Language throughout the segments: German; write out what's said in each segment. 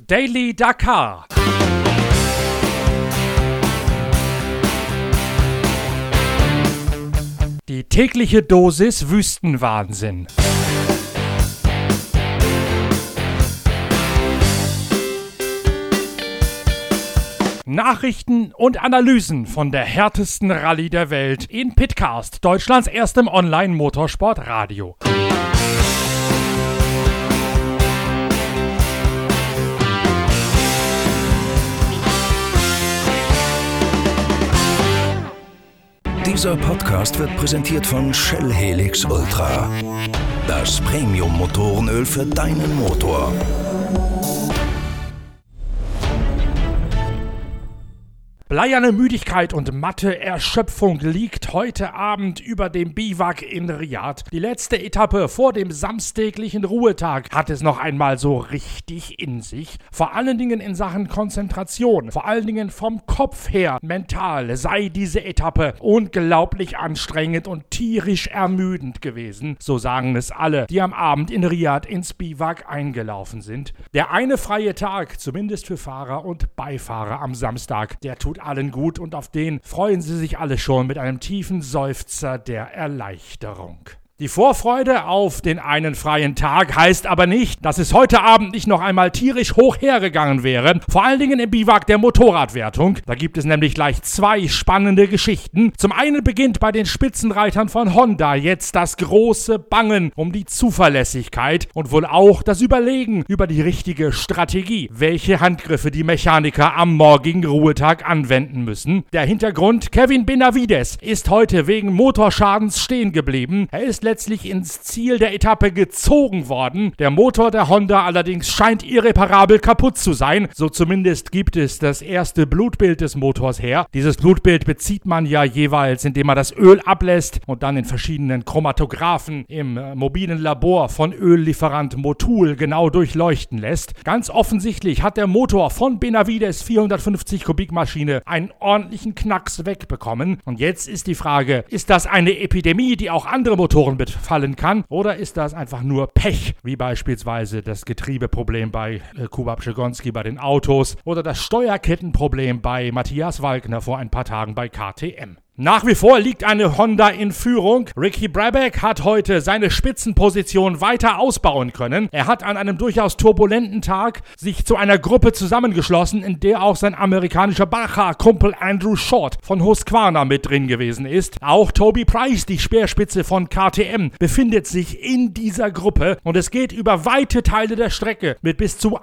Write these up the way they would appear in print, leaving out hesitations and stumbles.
Daily Dakar. Die tägliche Dosis Wüstenwahnsinn. Nachrichten und Analysen von der härtesten Rallye der Welt in Pitcast, Deutschlands erstem Online-Motorsport-Radio. Dieser Podcast wird präsentiert von Shell Helix Ultra. Das Premium-Motorenöl für deinen Motor. Bleierne Müdigkeit und matte Erschöpfung liegt heute Abend über dem Biwak in Riyadh. Die letzte Etappe vor dem samstäglichen Ruhetag hat es noch einmal so richtig in sich. Vor allen Dingen in Sachen Konzentration, vor allen Dingen vom Kopf her, mental sei diese Etappe unglaublich anstrengend und tierisch ermüdend gewesen. So sagen es alle, die am Abend in Riyadh ins Biwak eingelaufen sind. Der eine freie Tag, zumindest für Fahrer und Beifahrer am Samstag, der tut allen gut und auf den freuen sie sich alle schon mit einem tiefen Seufzer der Erleichterung. Die Vorfreude auf den einen freien Tag heißt aber nicht, dass es heute Abend nicht noch einmal tierisch hoch hergegangen wäre, vor allen Dingen im Biwak der Motorradwertung. Da gibt es nämlich gleich zwei spannende Geschichten. Zum einen beginnt bei den Spitzenreitern von Honda jetzt das große Bangen um die Zuverlässigkeit und wohl auch das Überlegen über die richtige Strategie, welche Handgriffe die Mechaniker am morgigen Ruhetag anwenden müssen. Der Hintergrund: Kevin Benavides ist heute wegen Motorschadens stehen geblieben. Er ist letztlich ins Ziel der Etappe gezogen worden. Der Motor der Honda allerdings scheint irreparabel kaputt zu sein. So zumindest gibt es das erste Blutbild des Motors her. Dieses Blutbild bezieht man ja jeweils, indem man das Öl ablässt und dann in verschiedenen Chromatographen im mobilen Labor von Öllieferant Motul genau durchleuchten lässt. Ganz offensichtlich hat der Motor von Benavides 450 Kubikmaschine einen ordentlichen Knacks wegbekommen. Und jetzt ist die Frage, ist das eine Epidemie, die auch andere Motoren befallen kann, oder ist das einfach nur Pech, wie beispielsweise das Getriebeproblem bei Kuba Pszegonski bei den Autos oder das Steuerkettenproblem bei Matthias Walkner vor ein paar Tagen bei KTM. Nach wie vor liegt eine Honda in Führung. Ricky Brabec hat heute seine Spitzenposition weiter ausbauen können. Er hat an einem durchaus turbulenten Tag sich zu einer Gruppe zusammengeschlossen, in der auch sein amerikanischer Baja-Kumpel Andrew Short von Husqvarna mit drin gewesen ist. Auch Toby Price, die Speerspitze von KTM, befindet sich in dieser Gruppe und es geht über weite Teile der Strecke mit bis zu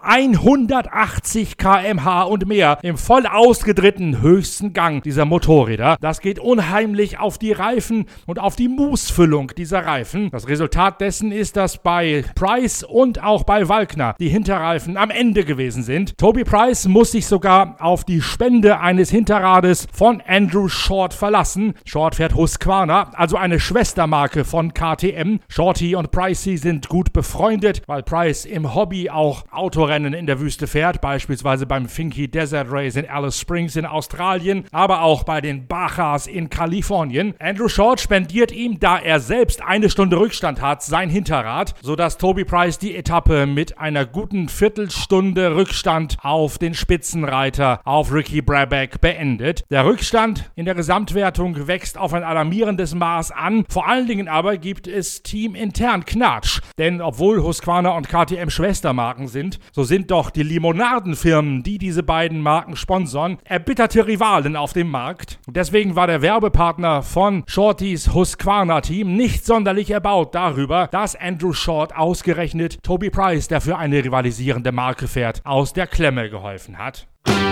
180 km/h und mehr im voll ausgedrehten höchsten Gang dieser Motorräder. Das geht unheimlich auf die Reifen und auf die Moosfüllung dieser Reifen. Das Resultat dessen ist, dass bei Price und auch bei Walkner die Hinterreifen am Ende gewesen sind. Toby Price muss sich sogar auf die Spende eines Hinterrades von Andrew Short verlassen. Short fährt Husqvarna, also eine Schwestermarke von KTM. Shorty und Pricey sind gut befreundet, weil Price im Hobby auch Autorennen in der Wüste fährt, beispielsweise beim Finke Desert Race in Alice Springs in Australien, aber auch bei den Bajas in Kalifornien. Andrew Short spendiert ihm, da er selbst eine Stunde Rückstand hat, sein Hinterrad, sodass Toby Price die Etappe mit einer guten Viertelstunde Rückstand auf den Spitzenreiter, auf Ricky Brabec, beendet. Der Rückstand in der Gesamtwertung wächst auf ein alarmierendes Maß an. Vor allen Dingen aber gibt es teamintern Knatsch. Denn obwohl Husqvarna und KTM Schwestermarken sind, so sind doch die Limonadenfirmen, die diese beiden Marken sponsern, erbitterte Rivalen auf dem Markt. Und deswegen war der Werbepartner von Shortys Husqvarna-Team nicht sonderlich erbaut darüber, dass Andrew Short ausgerechnet Toby Price, der für eine rivalisierende Marke fährt, aus der Klemme geholfen hat.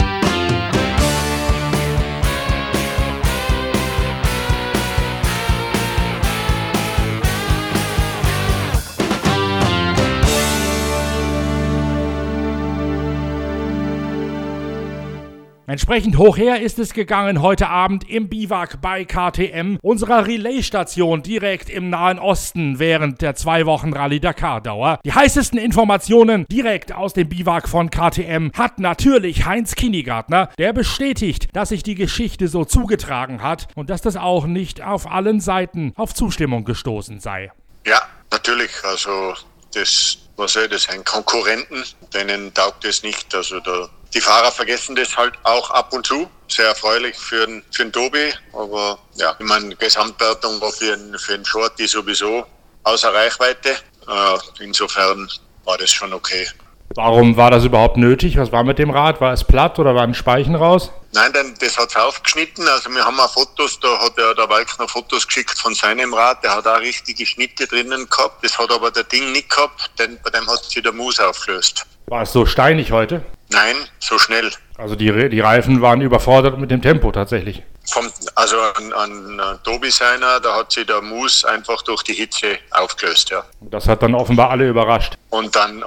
Entsprechend hoch her ist es gegangen heute Abend im Biwak bei KTM, unserer Relaisstation direkt im Nahen Osten während der 2 Wochen Rallye Dakar-Dauer. Die heißesten Informationen direkt aus dem Biwak von KTM hat natürlich Heinz Kinigartner, der bestätigt, dass sich die Geschichte so zugetragen hat und dass das auch nicht auf allen Seiten auf Zustimmung gestoßen sei. Ja, natürlich. Also das das sind Konkurrenten, denen taugt es nicht. Also die Fahrer vergessen das halt auch ab und zu. Sehr erfreulich für den Tobi, aber ja, ich meine, Gesamtwertung war für den Shorty sowieso außer Reichweite. Insofern war das schon okay. Warum war das überhaupt nötig? Was war mit dem Rad? War es platt oder waren Speichen raus? Nein, das hat es aufgeschnitten. Also wir haben auch Fotos, da hat der Walkner Fotos geschickt von seinem Rad. Der hat auch richtige Schnitte drinnen gehabt. Das hat aber der Ding nicht gehabt, denn bei dem hat sich der Mus aufgelöst. War es so steinig heute? Nein, so schnell. Also die Reifen waren überfordert mit dem Tempo tatsächlich. An Tobi seiner, da hat sich der Mus einfach durch die Hitze aufgelöst, ja. Das hat dann offenbar alle überrascht. Und dann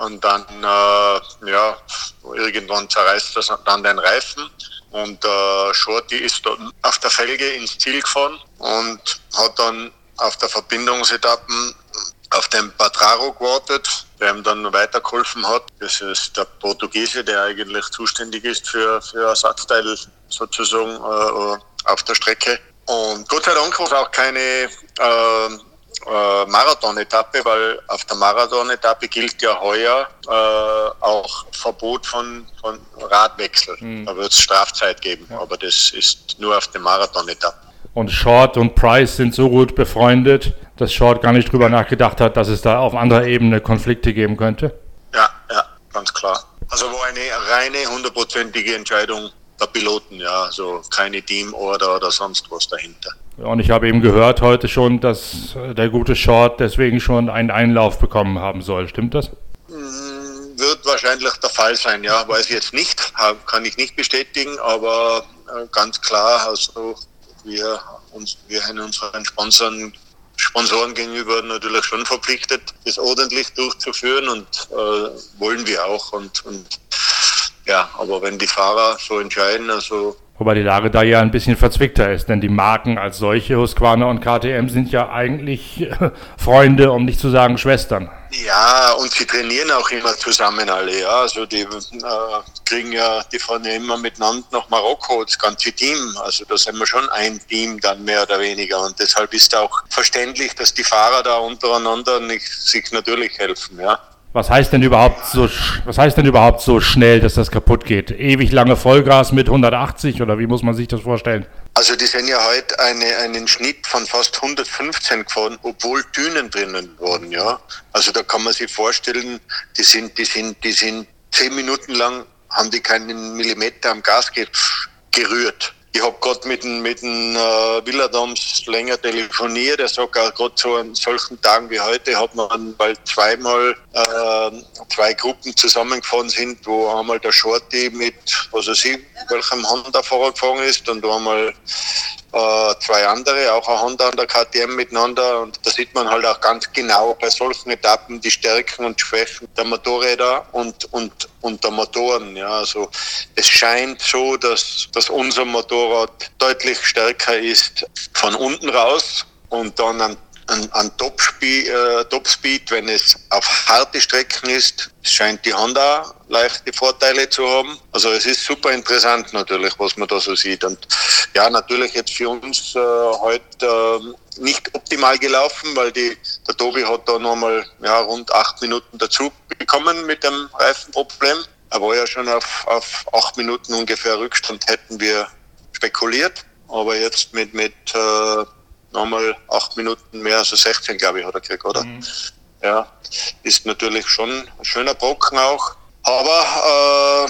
irgendwann zerreißt das dann den Reifen. Und Shorty ist dann auf der Felge ins Ziel gefahren und hat dann auf der Verbindungsetappen auf den Patraro gewartet, der ihm dann weitergeholfen hat. Das ist der Portugiese, der eigentlich zuständig ist für Ersatzteil sozusagen auf der Strecke. Und Gott sei Dank war es auch keine Marathon-Etappe, weil auf der Marathon-Etappe gilt ja heuer auch Verbot von Radwechsel. Da wird es Strafzeit geben, aber das ist nur auf der Marathon-Etappe. Und Short und Price sind so gut befreundet, dass Short gar nicht drüber nachgedacht hat, dass es da auf anderer Ebene Konflikte geben könnte? Ja, ganz klar. Also war eine reine, 100%ige Entscheidung der Piloten, ja, also keine Teamorder oder sonst was dahinter. Ja, und ich habe eben gehört heute schon, dass der gute Short deswegen schon einen Einlauf bekommen haben soll. Stimmt das? Wird wahrscheinlich der Fall sein, ja, weiß ich jetzt nicht, kann ich nicht bestätigen, aber ganz klar, also wir haben unseren Sponsoren gegenüber natürlich schon verpflichtet, das ordentlich durchzuführen und wollen wir auch und ja, aber wenn die Fahrer so entscheiden, also... Wobei die Lage da ja ein bisschen verzwickter ist, denn die Marken als solche, Husqvarna und KTM, sind ja eigentlich Freunde, um nicht zu sagen Schwestern. Ja, und sie trainieren auch immer zusammen alle, ja, also die die fahren ja immer miteinander nach Marokko, das ganze Team, also da sind wir schon ein Team dann mehr oder weniger und deshalb ist auch verständlich, dass die Fahrer da untereinander sich natürlich helfen, ja. Was heißt denn überhaupt so schnell, dass das kaputt geht? Ewig lange Vollgas mit 180 oder wie muss man sich das vorstellen? Also die sind ja heute einen Schnitt von fast 115 gefahren, obwohl Dünen drinnen waren, ja. Also da kann man sich vorstellen, die sind 10 Minuten lang, haben die keinen Millimeter am Gas gerührt. Ich habe gerade mit dem Willadams länger telefoniert. Er sagt auch, gerade so an solchen Tagen wie heute hat man bald zweimal zwei Gruppen zusammengefahren sind, wo einmal der Shorty mit, was weiß ich, welchem Honda-Fahrer gefahren ist und einmal zwei andere, auch ein Honda und der KTM miteinander. Und da sieht man halt auch ganz genau bei solchen Etappen die Stärken und Schwächen der Motorräder und der Motoren. Ja, also es scheint so, dass unser Motorrad deutlich stärker ist von unten raus und dann an Topspeed, wenn es auf harte Strecken ist, scheint die Honda leichte Vorteile zu haben. Also es ist super interessant natürlich, was man da so sieht. Und ja, natürlich jetzt für uns heute nicht optimal gelaufen, weil der Tobi hat da nochmal rund 8 Minuten dazu bekommen mit dem Reifenproblem. Er war ja schon auf 8 Minuten ungefähr Rückstand, hätten wir spekuliert. Aber jetzt mit nochmal 8 Minuten mehr, also 16, glaube ich, hat er gekriegt, oder? Mhm. Ja, ist natürlich schon ein schöner Brocken auch. Aber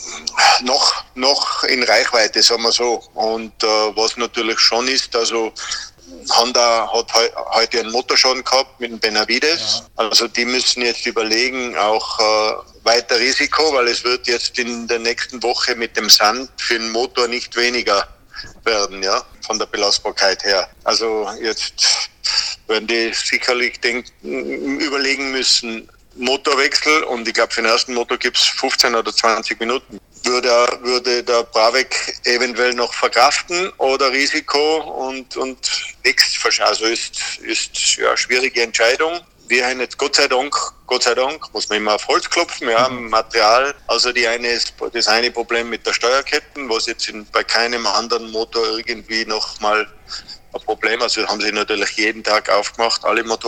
noch in Reichweite, sagen wir so. Und was natürlich schon ist, also Honda hat heute einen Motorschaden gehabt mit dem Benavides. Ja. Also die müssen jetzt überlegen, auch weiter Risiko, weil es wird jetzt in der nächsten Woche mit dem Sand für den Motor nicht weniger werden, ja, von der Belastbarkeit her. Also jetzt werden die sicherlich überlegen müssen, Motorwechsel, und ich glaube für den ersten Motor gibt es 15 oder 20 Minuten. Würde der Bravec eventuell noch verkraften oder Risiko und nichts. Also ist ja schwierige Entscheidung. Wir haben jetzt Gott sei Dank, muss man immer auf Holz klopfen, ja, Material. Also das eine Problem mit der Steuerketten, was jetzt bei keinem anderen Motor irgendwie nochmal ein Problem. Also haben sie natürlich jeden Tag aufgemacht, alle Motoren.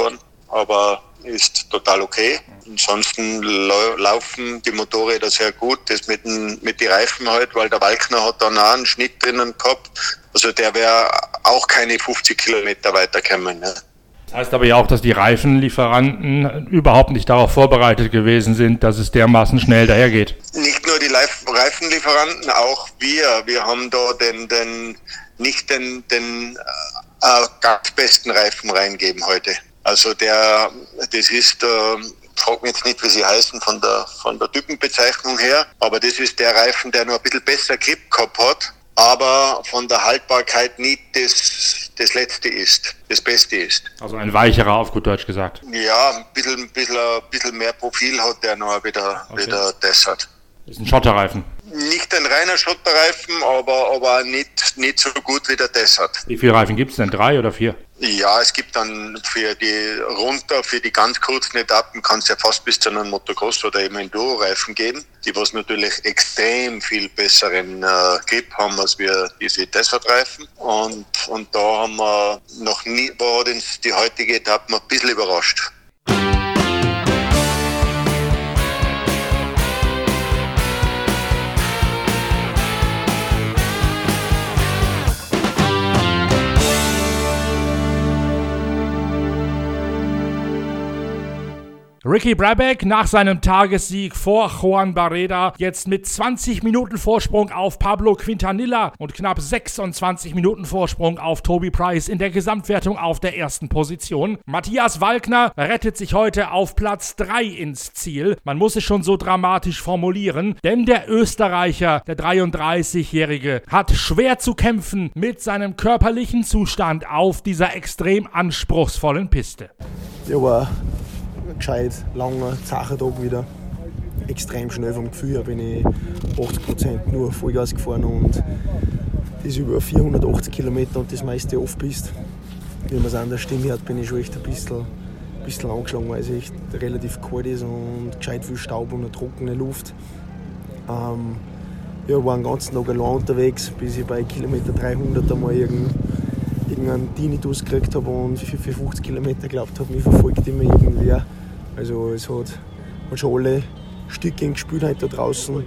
aber ist total okay. Ansonsten laufen die Motorräder sehr gut, das mit den Reifen halt, weil der Walkner hat dann auch einen Schnitt drinnen gehabt. Also der wäre auch keine 50 Kilometer weitergekommen. Ne? Das heißt aber ja auch, dass die Reifenlieferanten überhaupt nicht darauf vorbereitet gewesen sind, dass es dermaßen schnell dahergeht. Nicht nur die Reifenlieferanten, auch wir. Wir haben da nicht den ganz besten Reifen reingeben heute. Also das ist, frag mich jetzt nicht, wie sie heißen von der Typenbezeichnung her, aber das ist der Reifen, der noch ein bisschen besser Grip gehabt hat, aber von der Haltbarkeit nicht das Letzte ist, das Beste ist. Also ein weicherer, auf gut Deutsch gesagt. Ja, ein bisschen mehr Profil hat der noch wieder das hat. Das ist ein Schotterreifen. Nicht ein reiner Schotterreifen, aber nicht so gut wie der Desert. Wie viele Reifen gibt es denn? 3 oder 4? Ja, es gibt dann für die ganz kurzen Etappen kann es ja fast bis zu einem Motocross oder eben Enduro-Reifen geben, die was natürlich extrem viel besseren Grip haben als wir diese Desert-Reifen. Und da haben wir noch nie, war uns die heutige Etappe ein bisschen überrascht. Ricky Brabec nach seinem Tagessieg vor Juan Barreda jetzt mit 20 Minuten Vorsprung auf Pablo Quintanilla und knapp 26 Minuten Vorsprung auf Toby Price in der Gesamtwertung auf der ersten Position. Matthias Walkner rettet sich heute auf Platz 3 ins Ziel. Man muss es schon so dramatisch formulieren, denn der Österreicher, der 33-Jährige, hat schwer zu kämpfen mit seinem körperlichen Zustand auf dieser extrem anspruchsvollen Piste. Ja, war gescheit, langer, zacher Tag wieder. Extrem schnell vom Gefühl her bin ich 80% nur Vollgas gefahren und das über 480 Kilometer und das meiste Off-Piste. Wie man es an der Stimme hört, bin ich schon echt ein bisschen angeschlagen, weil es echt relativ kalt ist und gescheit viel Staub und eine trockene Luft. Ja, war den ganzen Tag allein unterwegs, bis ich bei Kilometer 300 einmal irgendeinen Tinnitus gekriegt habe und für 50 Kilometer geglaubt habe, mich verfolgt immer irgendwer. Also es hat schon alle Stückchen gespielt heute da draußen.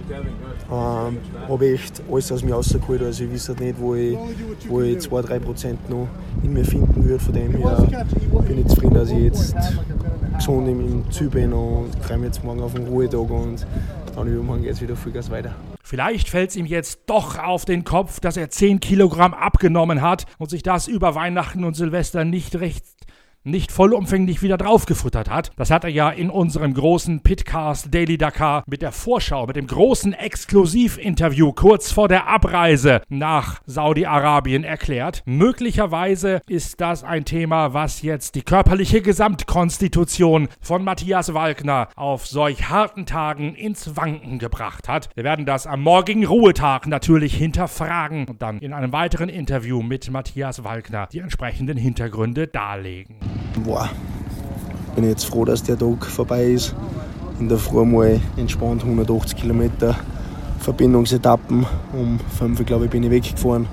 Habe echt alles aus mir rausgeholt. Also ich weiß nicht, wo ich 2-3% noch in mir finden würde. Von dem her bin ich zufrieden, dass ich jetzt gesund im Ziel bin und freue mich jetzt morgen auf den Ruhetag und dann übermorgen geht es wieder Vollgas weiter. Vielleicht fällt es ihm jetzt doch auf den Kopf, dass er 10 Kilogramm abgenommen hat und sich das über Weihnachten und Silvester nicht vollumfänglich wieder draufgefuttert hat. Das hat er ja in unserem großen Pitcast Daily Dakar mit der Vorschau, mit dem großen Exklusivinterview kurz vor der Abreise nach Saudi-Arabien erklärt. Möglicherweise ist das ein Thema, was jetzt die körperliche Gesamtkonstitution von Matthias Walkner auf solch harten Tagen ins Wanken gebracht hat. Wir werden das am morgigen Ruhetag natürlich hinterfragen und dann in einem weiteren Interview mit Matthias Walkner die entsprechenden Hintergründe darlegen. Boah, bin ich jetzt froh, dass der Tag vorbei ist. In der Früh mal entspannt 180 Kilometer Verbindungsetappen. Um 5 glaube ich, bin ich weggefahren.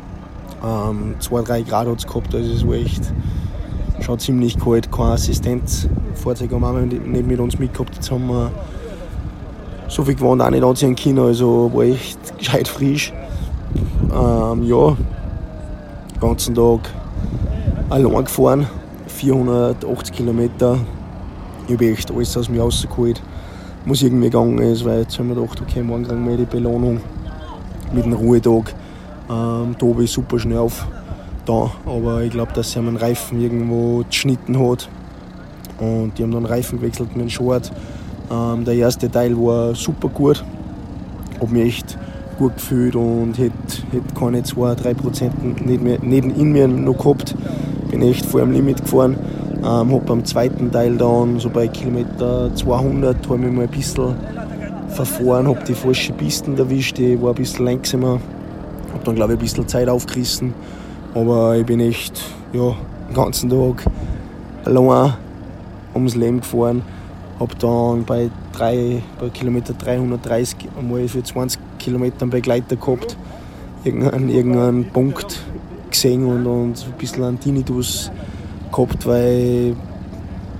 2-3 Grad hat es gehabt, also es war echt schon ziemlich kalt. Kein Assistenzfahrzeug haben wir nicht mit uns mitgehabt. Jetzt haben wir so viel gewohnt auch nicht anziehen können, also war echt gescheit frisch. Ja, den ganzen Tag allein gefahren. 480 Kilometer. Ich habe echt alles aus mir rausgeholt, was irgendwie gegangen ist, weil jetzt haben wir gedacht, okay, morgen kriegen wir die Belohnung mit dem Ruhetag. Tobi ist super schnell auf da, aber ich glaube, dass er einen Reifen irgendwo geschnitten hat und die haben dann Reifen gewechselt mit dem Short. Der erste Teil war super gut, habe mich echt gut gefühlt und hätte keine 2-3% in mir noch gehabt. Bin echt vor dem Limit gefahren. Habe beim zweiten Teil dann, so bei Kilometer 200, habe mich mal ein bisschen verfahren, habe die falsche Pisten erwischt, die war ein bisschen langsamer. Habe dann, glaube ich, ein bisschen Zeit aufgerissen. Aber ich bin echt den ganzen Tag allein ums Leben gefahren. Habe dann bei Kilometer 330 einmal für 20 Kilometer einen Begleiter gehabt. Irgendeinen Punkt gesehen und ein bisschen einen Tinnitus gehabt, weil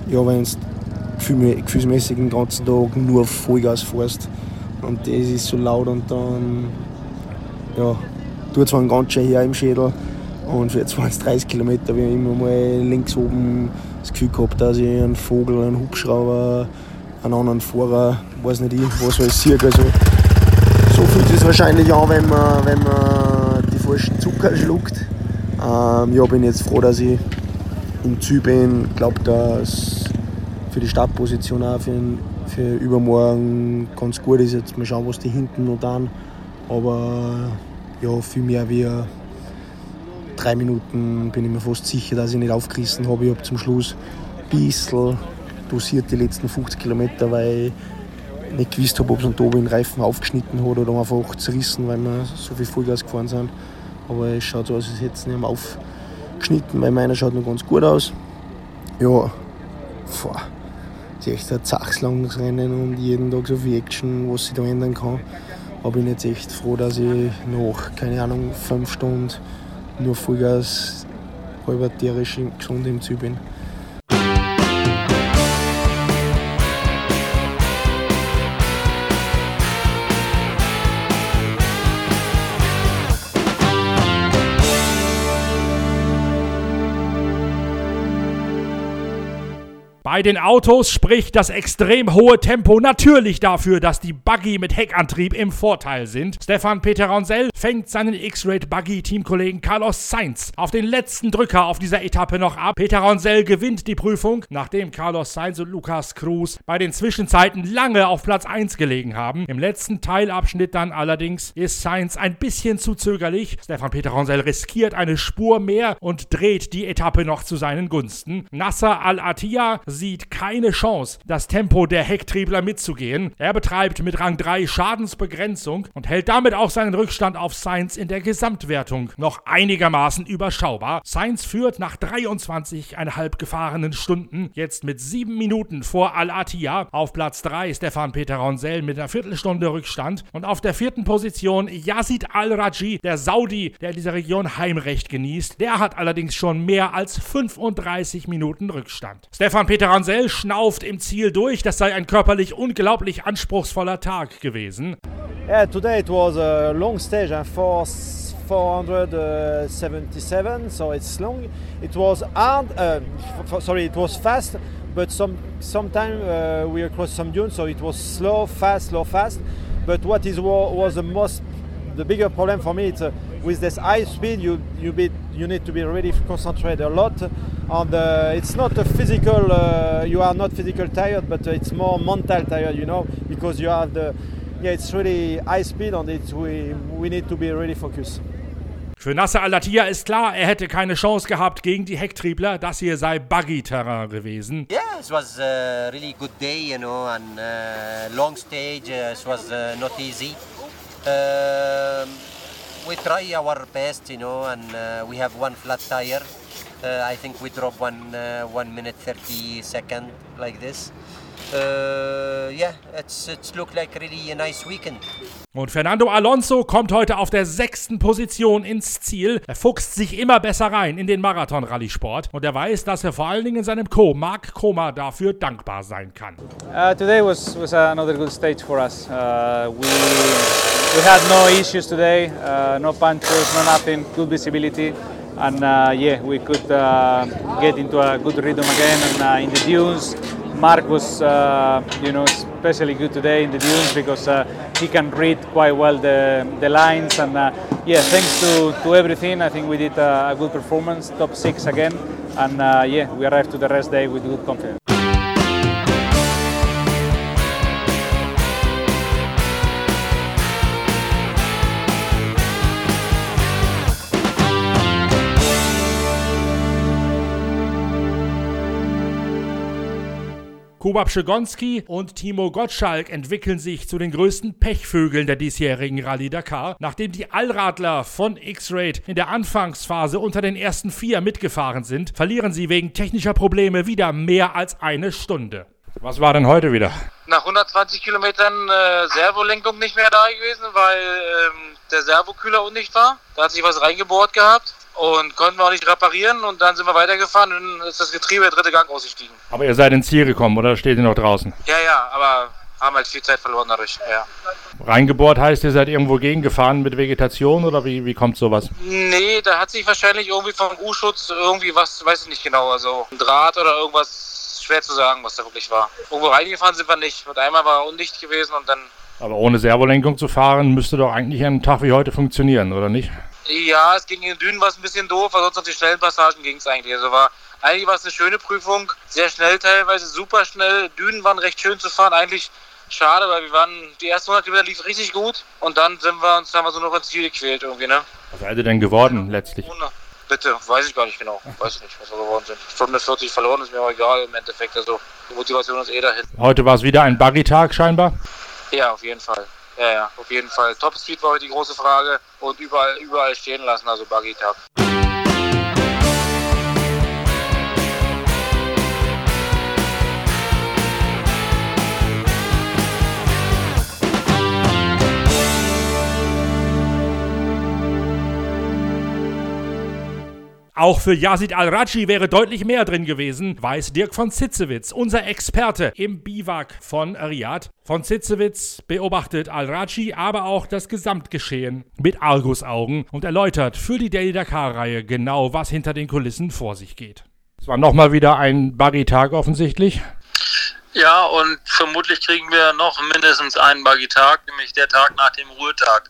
ja, wenn du gefühlsmäßig den ganzen Tag nur Vollgas fährst und das ist so laut und dann tut es einen ganz schön her im Schädel. Und für 20-30 Kilometer habe ich immer mal links oben das Gefühl gehabt, dass ich einen Vogel, einen Hubschrauber, einen anderen Fahrer, weiß nicht ich, was alles sehe. Also, so fühlt es wahrscheinlich an, wenn man die falschen Zucker schluckt. Bin jetzt froh, dass ich im Ziel bin. Ich glaube, dass für die Startposition auch für übermorgen ganz gut ist. Jetzt mal schauen, was die hinten noch tun. Aber ja, viel mehr wie 3 Minuten bin ich mir fast sicher, dass ich nicht aufgerissen habe. Ich habe zum Schluss ein bisschen dosiert die letzten 50 Kilometer, weil ich nicht gewusst habe, ob es einen oben den Reifen aufgeschnitten hat oder einfach zerrissen, weil wir so viel Vollgas gefahren sind. Aber es schaut so aus, als hätte es nicht aufgeschnitten, weil meiner schaut noch ganz gut aus. Ja, es ist echt ein zachslanges Rennen und jeden Tag so viel Action, was sich da ändern kann. Aber ich bin jetzt echt froh, dass ich nach, keine Ahnung, 5 Stunden nur Vollgas, halbjährig gesund im Ziel bin. Bei den Autos spricht das extrem hohe Tempo natürlich dafür, dass die Buggy mit Heckantrieb im Vorteil sind. Stefan Peterhansel fängt seinen X-Rate-Buggy-Teamkollegen Carlos Sainz auf den letzten Drücker auf dieser Etappe noch ab. Peterhansel gewinnt die Prüfung, nachdem Carlos Sainz und Lucas Cruz bei den Zwischenzeiten lange auf Platz 1 gelegen haben. Im letzten Teilabschnitt dann allerdings ist Sainz ein bisschen zu zögerlich. Stefan Peterhansel riskiert eine Spur mehr und dreht die Etappe noch zu seinen Gunsten. Nasser Al-Attiyah sieht keine Chance, das Tempo der Hecktriebler mitzugehen. Er betreibt mit Rang 3 Schadensbegrenzung und hält damit auch seinen Rückstand auf Sainz in der Gesamtwertung noch einigermaßen überschaubar. Sainz führt nach 23,5 gefahrenen Stunden jetzt mit 7 Minuten vor Al-Attiyah. Auf Platz 3 Stefan Peterhansel mit einer Viertelstunde Rückstand und auf der 4. Position Yazid Al-Rajhi, der Saudi, der in dieser Region Heimrecht genießt. Der hat allerdings schon mehr als 35 Minuten Rückstand. Stefan Peterhansel schnauft im Ziel durch. Das sei ein körperlich unglaublich anspruchsvoller Tag gewesen. Yeah, today it was a long stage, 477, so it's long. It was hard. It was fast, but sometimes we across some dunes, so it was slow, fast. But what was the bigger problem for me? It's with this high speed, you need to be really concentrated a lot. And it's not a physical. You are not physical tired, but it's more mental tired, because you have it's really high speed and we need to be really focused. Für Nasser Al-Attiyah ist klar, er hätte keine Chance gehabt gegen die Hecktriebler. Das hier sei Buggy-Terrain gewesen. Yeah, it was a really good day, and long stage. It was not easy. We try our best, and we have one flat tire. I think we drove 1 minute 30 seconds like this. It's looked like really a nice weekend. Und Fernando Alonso kommt heute auf der 6. Position ins Ziel. Er fuchst sich immer besser rein in den Marathon-Rallye-Sport und er weiß, dass er vor allen Dingen seinem Co. Mark Koma dafür dankbar sein kann. Today was another good stage for us. We had no issues today, no punctures, no nothing, good visibility. And we could get into a good rhythm again and in the dunes. Mark was, especially good today in the dunes because he can read quite well the lines and thanks to everything, I think we did a good performance, top 6 again, and we arrived to the rest day with good confidence. Kuba Pszegonski und Timo Gottschalk entwickeln sich zu den größten Pechvögeln der diesjährigen Rallye Dakar. Nachdem die Allradler von X-Rate in der Anfangsphase unter den ersten 4 mitgefahren sind, verlieren sie wegen technischer Probleme wieder mehr als eine Stunde. Was war denn heute wieder? Nach 120 Kilometern Servolenkung nicht mehr da gewesen, weil der Servokühler undicht war. Da hat sich was reingebohrt gehabt. und konnten wir auch nicht reparieren und dann sind wir weitergefahren und dann ist das Getriebe der dritte Gang ausgestiegen. Aber ihr seid ins Ziel gekommen, oder steht ihr noch draußen? Ja, aber haben halt viel Zeit verloren dadurch, ja. Reingebohrt heißt, ihr seid irgendwo gegengefahren mit Vegetation oder wie kommt sowas? Nee, da hat sich wahrscheinlich irgendwie vom U-Schutz irgendwie was, weiß ich nicht genau, also ein Draht oder irgendwas, schwer zu sagen, was da wirklich war. Irgendwo reingefahren sind wir nicht, und einmal war undicht gewesen und dann... Aber ohne Servolenkung zu fahren, müsste doch eigentlich ein Tag wie heute funktionieren, oder nicht? Ja, es ging in den Dünen, war es ein bisschen doof, aber sonst auf die schnellen Passagen ging es eigentlich. Also eigentlich war es eine schöne Prüfung, sehr schnell teilweise, super schnell. Dünen waren recht schön zu fahren, eigentlich schade, weil die ersten 100 Kilometer lief richtig gut und dann haben wir so noch ins Ziel gequält irgendwie, ne? Was seid ihr denn geworden letztlich? Bitte, weiß ich gar nicht genau. Weiß ich nicht, was wir geworden sind. Stunde 40 verloren, ist mir auch egal im Endeffekt. Also die Motivation ist dahin. Heute war es wieder ein Buggy-Tag scheinbar? Ja, auf jeden Fall. Ja, auf jeden Fall. Top Speed war heute die große Frage und überall stehen lassen, also Buggy-Tag. Auch für Yazid Al-Rajhi wäre deutlich mehr drin gewesen, weiß Dirk von Zitzewitz, unser Experte im Biwak von Riyadh. Von Zitzewitz beobachtet Al-Rajhi aber auch das Gesamtgeschehen mit Argusaugen und erläutert für die Daily Dakar-Reihe genau, was hinter den Kulissen vor sich geht. Es war nochmal wieder ein Buggy-Tag offensichtlich. Ja, und vermutlich kriegen wir noch mindestens einen Buggy-Tag, nämlich der Tag nach dem Ruhetag,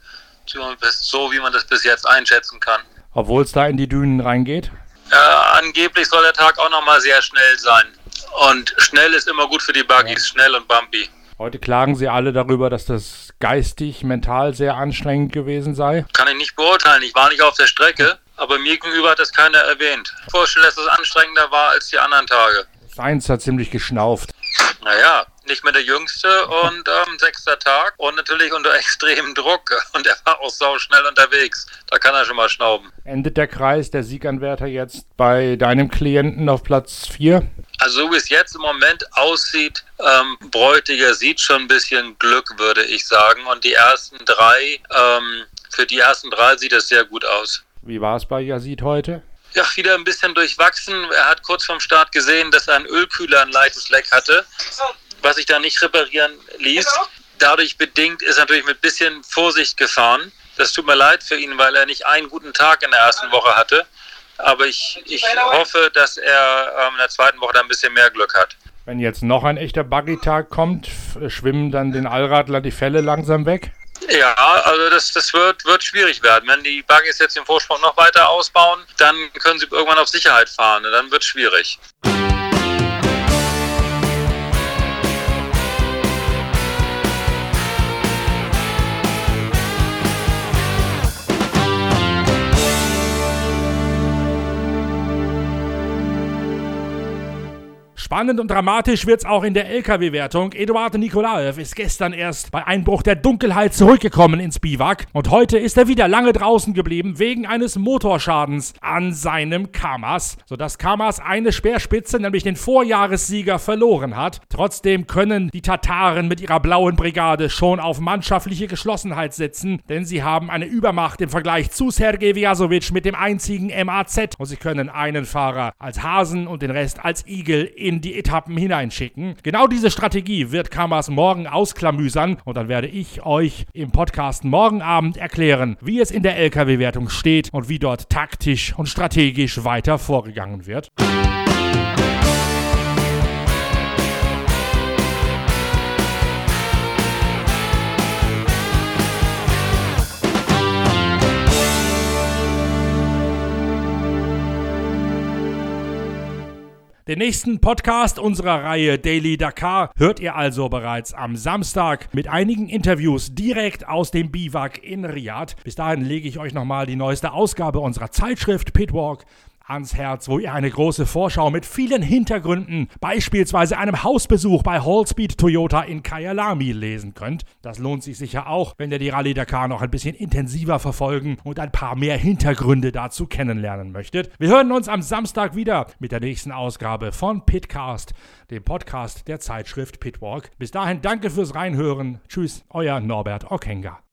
so wie man das bis jetzt einschätzen kann. Obwohl es da in die Dünen reingeht? Angeblich soll der Tag auch nochmal sehr schnell sein. Und schnell ist immer gut für die Buggys, schnell und bumpy. Heute klagen sie alle darüber, dass das geistig, mental sehr anstrengend gewesen sei. Kann ich nicht beurteilen, ich war nicht auf der Strecke, aber mir gegenüber hat das keiner erwähnt. Ich kann mir vorstellen, dass es anstrengender war als die anderen Tage. Seins hat ziemlich geschnauft. Naja, nicht mehr der Jüngste und 6. Tag und natürlich unter extremem Druck und er war auch sauschnell unterwegs. Da kann er schon mal schnauben. Endet der Kreis, der Sieganwärter jetzt bei deinem Klienten auf Platz 4? Also so wie es jetzt im Moment aussieht, Bräutiger sieht schon ein bisschen Glück, würde ich sagen. Und die ersten drei, für die ersten drei sieht es sehr gut aus. Wie war es bei Yazid heute? Ja, wieder ein bisschen durchwachsen. Er hat kurz vorm Start gesehen, dass ein Ölkühler ein leichtes Leck hatte, was sich da nicht reparieren ließ. Dadurch bedingt ist er natürlich mit ein bisschen Vorsicht gefahren. Das tut mir leid für ihn, weil er nicht einen guten Tag in der ersten Woche hatte. Aber ich hoffe, dass er in der zweiten Woche da ein bisschen mehr Glück hat. Wenn jetzt noch ein echter Buggy-Tag kommt, schwimmen dann den Allradler die Fälle langsam weg? Ja, also das wird schwierig werden. Wenn die Buggys jetzt den Vorsprung noch weiter ausbauen, dann können sie irgendwann auf Sicherheit fahren. Und dann wird es schwierig. Spannend und dramatisch wird's auch in der LKW-Wertung. Eduard Nikolaev ist gestern erst bei Einbruch der Dunkelheit zurückgekommen ins Biwak und heute ist er wieder lange draußen geblieben wegen eines Motorschadens an seinem Kamaz, sodass Kamaz eine Speerspitze, nämlich den Vorjahressieger, verloren hat. Trotzdem können die Tataren mit ihrer blauen Brigade schon auf mannschaftliche Geschlossenheit setzen, denn sie haben eine Übermacht im Vergleich zu Sergej Vjasovic mit dem einzigen MAZ und sie können einen Fahrer als Hasen und den Rest als Igel in die Etappen hineinschicken. Genau diese Strategie wird Kamaz morgen ausklamüsern und dann werde ich euch im Podcast morgen Abend erklären, wie es in der LKW-Wertung steht und wie dort taktisch und strategisch weiter vorgegangen wird. Den nächsten Podcast unserer Reihe Daily Dakar hört ihr also bereits am Samstag mit einigen Interviews direkt aus dem Biwak in Riyadh. Bis dahin lege ich euch nochmal die neueste Ausgabe unserer Zeitschrift Pitwalk ans Herz, wo ihr eine große Vorschau mit vielen Hintergründen, beispielsweise einem Hausbesuch bei Hallspeed Toyota in Kyalami lesen könnt. Das lohnt sich sicher auch, wenn ihr die Rallye Dakar noch ein bisschen intensiver verfolgen und ein paar mehr Hintergründe dazu kennenlernen möchtet. Wir hören uns am Samstag wieder mit der nächsten Ausgabe von Pitcast, dem Podcast der Zeitschrift Pitwalk. Bis dahin danke fürs Reinhören. Tschüss, euer Norbert Okenga.